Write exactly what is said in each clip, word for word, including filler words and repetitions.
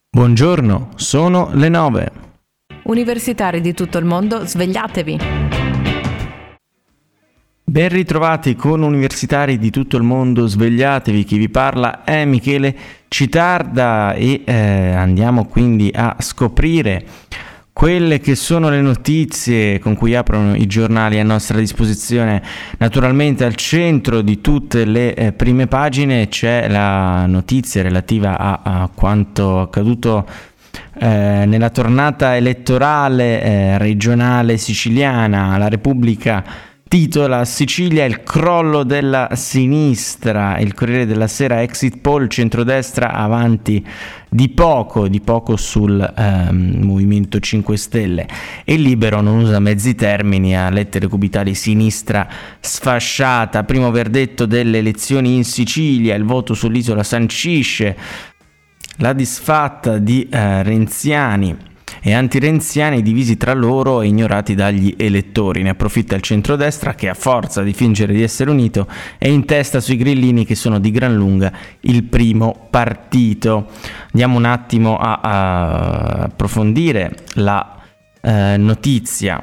Buongiorno, sono le nove. Universitari di tutto il mondo, svegliatevi! Ben ritrovati con universitari di tutto il mondo, svegliatevi. Chi vi parla è Michele Citarda e eh, andiamo quindi a scoprire quelle che sono le notizie con cui aprono i giornali a nostra disposizione. Naturalmente al centro di tutte le eh, prime pagine c'è la notizia relativa a, a quanto accaduto eh, nella tornata elettorale eh, regionale siciliana. La Repubblica titola: Sicilia, il crollo della sinistra. Il Corriere della Sera: exit poll, centrodestra avanti di poco, di poco sul ehm, Movimento cinque Stelle. E Libero non usa mezzi termini, a lettere cubitali: sinistra sfasciata. Primo verdetto delle elezioni in Sicilia, il voto sull'isola sancisce la disfatta di eh, renziani e antirenziani divisi tra loro e ignorati dagli elettori. Ne approfitta il centrodestra che, a forza di fingere di essere unito, è in testa sui grillini, che sono di gran lunga il primo partito. Andiamo un attimo a, a approfondire la eh, notizia.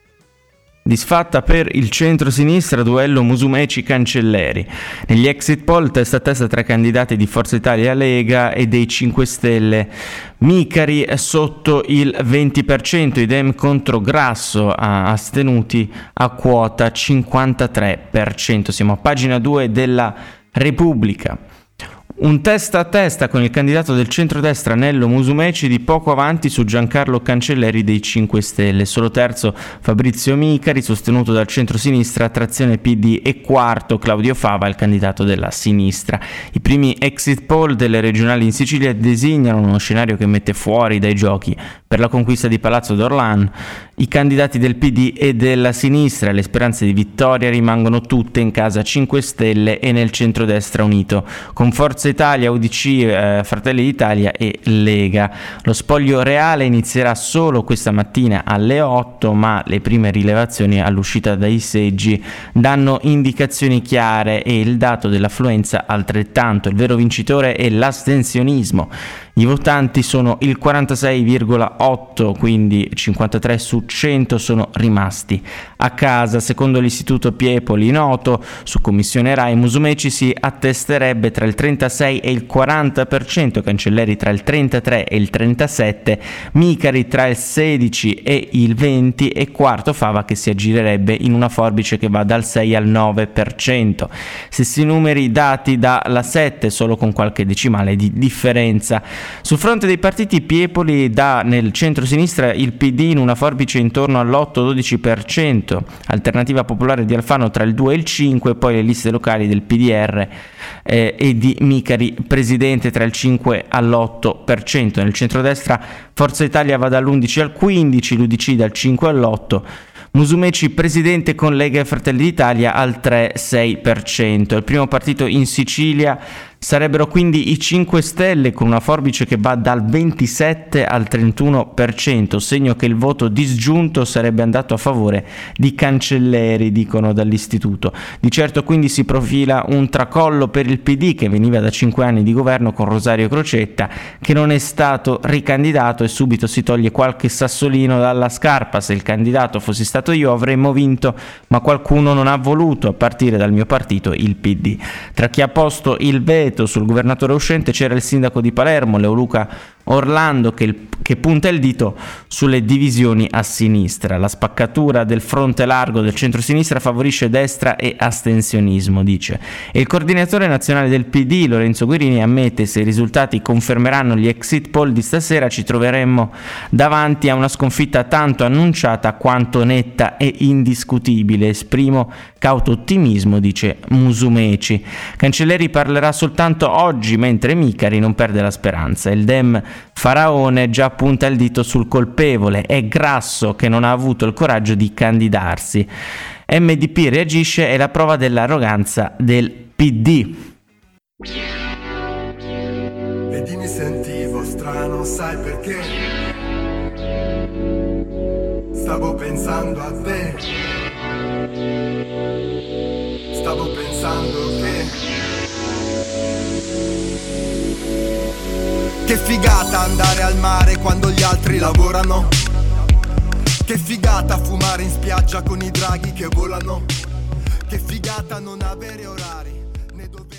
Disfatta per il centro-sinistra, duello Musumeci-Cancelleri. Negli exit poll testa a testa tra candidati di Forza Italia, Lega e dei cinque Stelle. Micari è sotto il venti per cento, i Dem contro Grasso, astenuti a quota cinquantatré per cento. Siamo a pagina due della Repubblica. Un testa a testa con il candidato del centrodestra Nello Musumeci, di poco avanti su Giancarlo Cancelleri dei cinque Stelle. Solo terzo Fabrizio Micari, sostenuto dal centro-sinistra, trazione P D, e quarto Claudio Fava, il candidato della sinistra. I primi exit poll delle regionali in Sicilia designano uno scenario che mette fuori dai giochi per la conquista di Palazzo d'Orlan i candidati del P D e della sinistra. Le speranze di vittoria rimangono tutte in casa cinque Stelle e nel centrodestra unito, con Forza Italia, U D C, eh, Fratelli d'Italia e Lega. Lo spoglio reale inizierà solo questa mattina alle otto, ma le prime rilevazioni all'uscita dai seggi danno indicazioni chiare e il dato dell'affluenza altrettanto. Il vero vincitore è l'astensionismo. I votanti sono il quarantasei virgola otto, quindi cinquantatré su cento sono rimasti a casa. Secondo l'istituto Piepoli noto su commissione Rai, Musumeci si attesterebbe tra il trentasei e il quaranta per cento, Cancelleri tra il trentatré e il trentasette, Micari tra il sedici e il venti e quarto Fava, che si aggirerebbe in una forbice che va dal sei al nove per cento. Stessi numeri dati dalla sette, solo con qualche decimale di differenza. Sul fronte dei partiti, Piepoli dà nel centro-sinistra il P D in una forbice intorno all'otto dodici per cento, Alternativa Popolare di Alfano tra il due e il cinque, poi le liste locali del P D R eh, e di Micari presidente tra il cinque all'otto per cento. Nel centrodestra Forza Italia va dall'undici al quindici, l'U D C dal cinque all'otto, Musumeci presidente con Lega e Fratelli d'Italia al tre sei per cento. Il primo partito in Sicilia sarebbero quindi i cinque Stelle, con una forbice che va dal ventisette al trentuno per cento, segno che il voto disgiunto sarebbe andato a favore di Cancelleri, dicono dall'istituto. Di certo quindi si profila un tracollo per il P D, che veniva da cinque anni di governo con Rosario Crocetta, che non è stato ricandidato, e subito si toglie qualche sassolino dalla scarpa. Se il candidato fossi stato io avremmo vinto, ma qualcuno non ha voluto, a partire dal mio partito, il P D. Tra chi ha posto il veto sul governatore uscente c'era il sindaco di Palermo, Leoluca Orlando, che, il, che punta il dito sulle divisioni a sinistra. La spaccatura del fronte largo del centro-sinistra favorisce destra e astensionismo, dice. E il coordinatore nazionale del P D, Lorenzo Guerini, ammette: se i risultati confermeranno gli exit poll di stasera, ci troveremmo davanti a una sconfitta tanto annunciata quanto netta e indiscutibile. Esprimo cauto ottimismo, dice Musumeci. Cancelleri parlerà soltanto oggi, mentre Micari non perde la speranza. Il Dem Faraone già punta il dito sul colpevole: è Grasso, che non ha avuto il coraggio di candidarsi. M D P reagisce: è la prova dell'arroganza del P D. Vedi, mi sentivo strano, sai perché? Stavo pensando a te. Stavo pensando che Che figata andare al mare quando gli altri lavorano. Che figata fumare in spiaggia con i draghi che volano. Che figata non avere orari né doveri.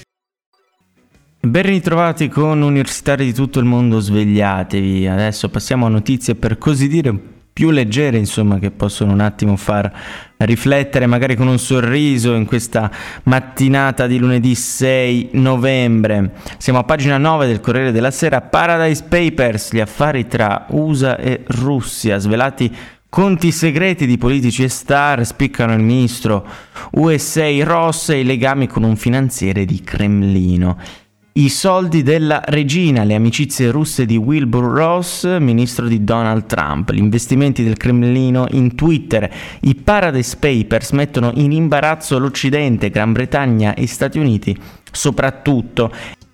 Ben ritrovati con universitari di tutto il mondo, svegliatevi. Adesso passiamo a notizie per così dire più leggere, insomma, che possono un attimo far riflettere magari con un sorriso in questa mattinata di lunedì sei novembre. Siamo a pagina nove del Corriere della Sera. Paradise Papers, gli affari tra U S A e Russia, svelati conti segreti di politici e star, spiccano il ministro U S A Ross e i legami con un finanziere di Cremlino. I soldi della regina, le amicizie russe di Wilbur Ross, ministro di Donald Trump, gli investimenti del Cremlino in Twitter. I Paradise Papers mettono in imbarazzo l'Occidente, Gran Bretagna e Stati Uniti soprattutto.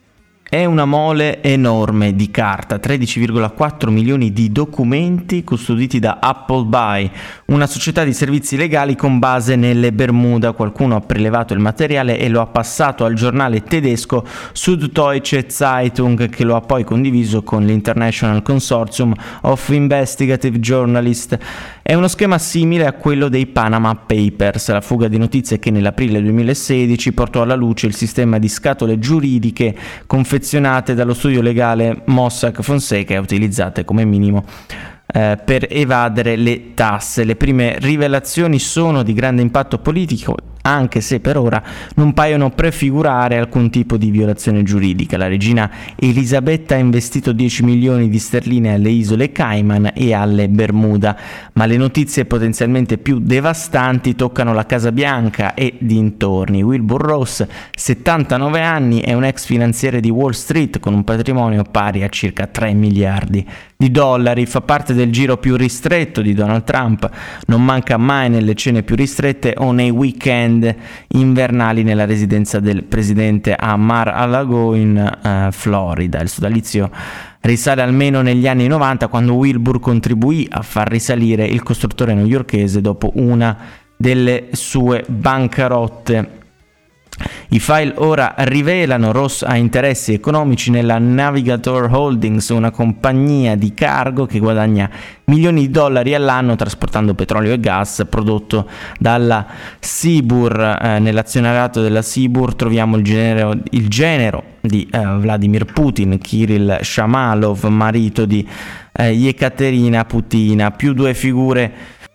È una mole enorme di carta, tredici virgola quattro milioni di documenti custoditi da Appleby, una società di servizi legali con base nelle Bermuda. Qualcuno ha prelevato il materiale e lo ha passato al giornale tedesco Süddeutsche Zeitung, che lo ha poi condiviso con l'International Consortium of Investigative Journalists. È uno schema simile a quello dei Panama Papers, la fuga di notizie che nell'aprile duemilasedici portò alla luce il sistema di scatole giuridiche confezionate dallo studio legale Mossack Fonseca e utilizzate come minimo eh, per evadere le tasse. Le prime rivelazioni sono di grande impatto politico, anche se per ora non paiono prefigurare alcun tipo di violazione giuridica. La regina Elisabetta ha investito dieci milioni di sterline alle isole Cayman e alle Bermuda, ma le notizie potenzialmente più devastanti toccano la Casa Bianca e dintorni. Wilbur Ross, settantanove anni, è un ex finanziere di Wall Street con un patrimonio pari a circa tre miliardi di dollari, fa parte del giro più ristretto di Donald Trump, non manca mai nelle cene più ristrette o nei weekend invernali nella residenza del presidente a Mar-a-Lago in uh, Florida. Il sodalizio risale almeno negli anni novanta, quando Wilbur contribuì a far risalire il costruttore newyorkese dopo una delle sue bancarotte. I file ora rivelano Ross ha interessi economici nella Navigator Holdings, una compagnia di cargo che guadagna milioni di dollari all'anno trasportando petrolio e gas prodotto dalla Sibur. Eh, nell'azionariato della Sibur troviamo il genero, il genero di eh, Vladimir Putin, Kirill Shamalov, marito di eh, Yekaterina Putina, più due figure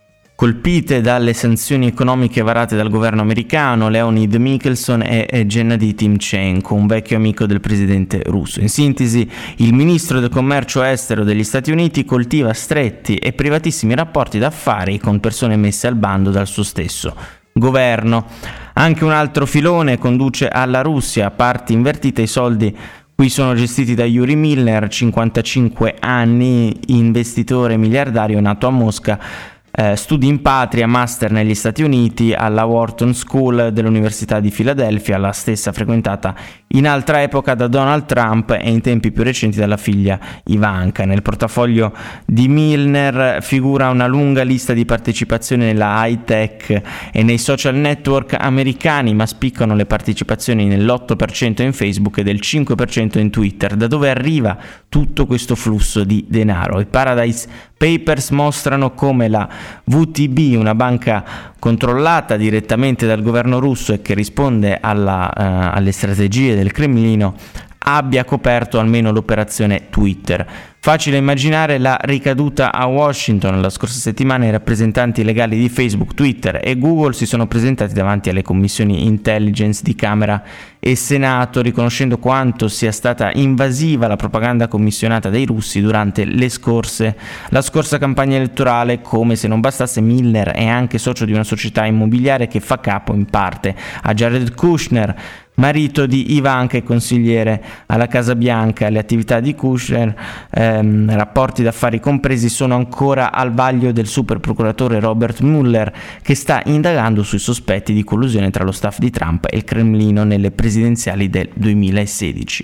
colpite dalle sanzioni economiche varate dal governo americano, Leonid Mikhelson e Gennady Timchenko, un vecchio amico del presidente russo. In sintesi, il ministro del commercio estero degli Stati Uniti coltiva stretti e privatissimi rapporti d'affari con persone messe al bando dal suo stesso governo. Anche un altro filone conduce alla Russia, parti invertite. I soldi qui sono gestiti da Yuri Milner, cinquantacinque anni, investitore miliardario nato a Mosca. Eh, studi in patria, master negli Stati Uniti alla Wharton School dell'Università di Filadelfia, la stessa frequentata in altra epoca da Donald Trump e in tempi più recenti dalla figlia Ivanka. Nel portafoglio di Milner figura una lunga lista di partecipazioni nella high tech e nei social network americani, ma spiccano le partecipazioni nell'otto per cento in Facebook e del cinque per cento in Twitter. Da dove arriva tutto questo flusso di denaro? I Paradise Papers mostrano come la V T B, una banca controllata direttamente dal governo russo e che risponde alla, uh, alle strategie del Cremlino, abbia coperto almeno l'operazione Twitter. Facile immaginare la ricaduta a Washington. La scorsa settimana i rappresentanti legali di Facebook, Twitter e Google si sono presentati davanti alle commissioni intelligence di Camera e Senato, riconoscendo quanto sia stata invasiva la propaganda commissionata dai russi durante le scorse, la scorsa campagna elettorale. Come se non bastasse, Miller è anche socio di una società immobiliare che fa capo in parte a Jared Kushner, marito di Ivanka e consigliere alla Casa Bianca. Le attività di Kushner, ehm, rapporti d'affari compresi, sono ancora al vaglio del super procuratore Robert Mueller, che sta indagando sui sospetti di collusione tra lo staff di Trump e il Cremlino nelle presidenziali del duemilasedici.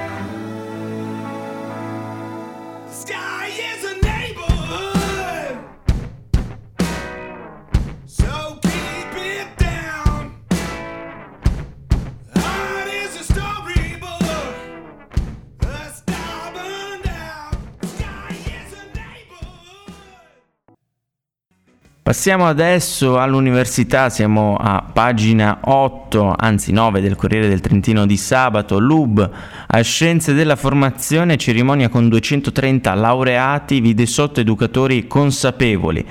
Sky is a neighborhood. Passiamo adesso all'università, siamo a pagina otto, anzi nove del Corriere del Trentino di sabato. L'U B a Scienze della Formazione, cerimonia con duecentotrenta laureati, vide sotto educatori consapevoli.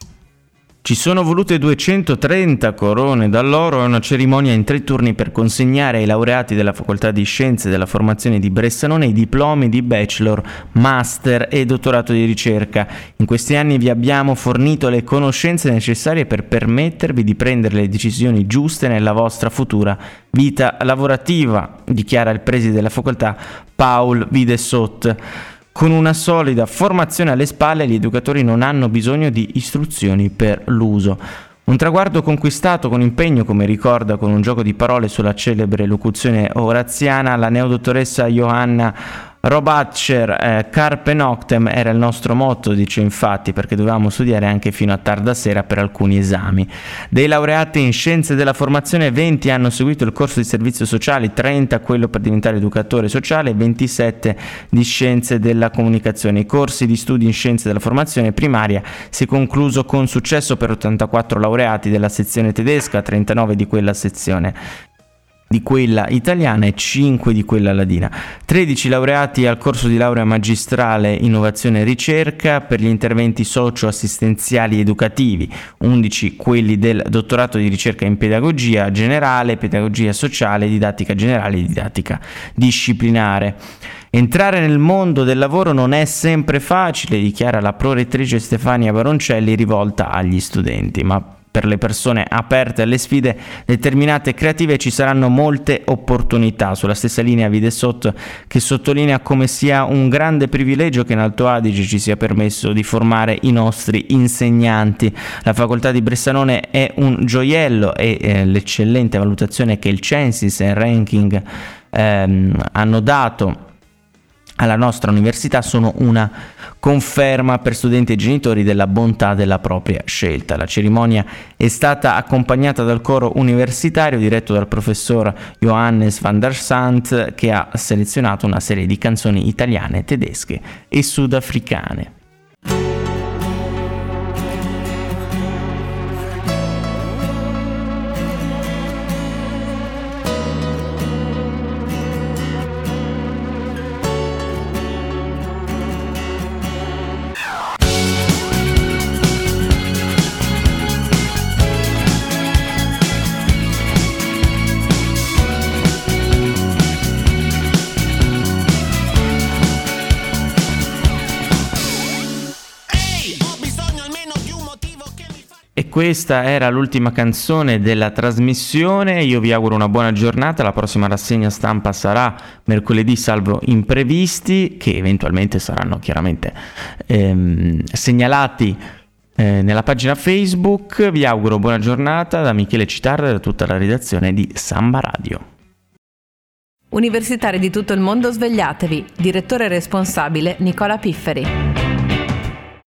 Ci sono volute duecentotrenta corone d'alloro e una cerimonia in tre turni per consegnare ai laureati della Facoltà di Scienze della Formazione di Bressanone i diplomi di bachelor, master e dottorato di ricerca. In questi anni vi abbiamo fornito le conoscenze necessarie per permettervi di prendere le decisioni giuste nella vostra futura vita lavorativa, dichiara il preside della facoltà Paul Videsot. Con una solida formazione alle spalle, gli educatori non hanno bisogno di istruzioni per l'uso. Un traguardo conquistato con impegno, come ricorda con un gioco di parole sulla celebre locuzione oraziana la neodottoressa Johanna Robatscher. eh, Carpe Noctem era il nostro motto, dice infatti, perché dovevamo studiare anche fino a tarda sera per alcuni esami. Dei laureati in Scienze della Formazione, venti hanno seguito il corso di servizio sociale, trenta quello per diventare educatore sociale e ventisette di Scienze della Comunicazione. I corsi di studi in Scienze della Formazione primaria si è concluso con successo per ottantaquattro laureati della sezione tedesca, trentanove di quella sezione di quella italiana e cinque di quella ladina. tredici laureati al corso di laurea magistrale innovazione e ricerca per gli interventi socio-assistenziali educativi, undici quelli del dottorato di ricerca in pedagogia generale, pedagogia sociale, didattica generale e didattica disciplinare. Entrare nel mondo del lavoro non è sempre facile, dichiara la prorettrice Stefania Baroncelli rivolta agli studenti, ma per le persone aperte alle sfide determinate e creative ci saranno molte opportunità. Sulla stessa linea Videsot, che sottolinea come sia un grande privilegio che in Alto Adige ci sia permesso di formare i nostri insegnanti. La facoltà di Bressanone è un gioiello e eh, l'eccellente valutazione che il Censis e il ranking ehm, hanno dato alla nostra università sono una conferma per studenti e genitori della bontà della propria scelta. La cerimonia è stata accompagnata dal coro universitario diretto dal professor Johannes van der Sant, che ha selezionato una serie di canzoni italiane, tedesche e sudafricane. E questa era l'ultima canzone della trasmissione. Io vi auguro una buona giornata. La prossima rassegna stampa sarà mercoledì, salvo imprevisti che eventualmente saranno chiaramente ehm, segnalati eh, nella pagina Facebook. Vi auguro buona giornata da Michele Citarda e da tutta la redazione di Samba Radio. Universitari di tutto il mondo, svegliatevi. Direttore responsabile Nicola Pifferi.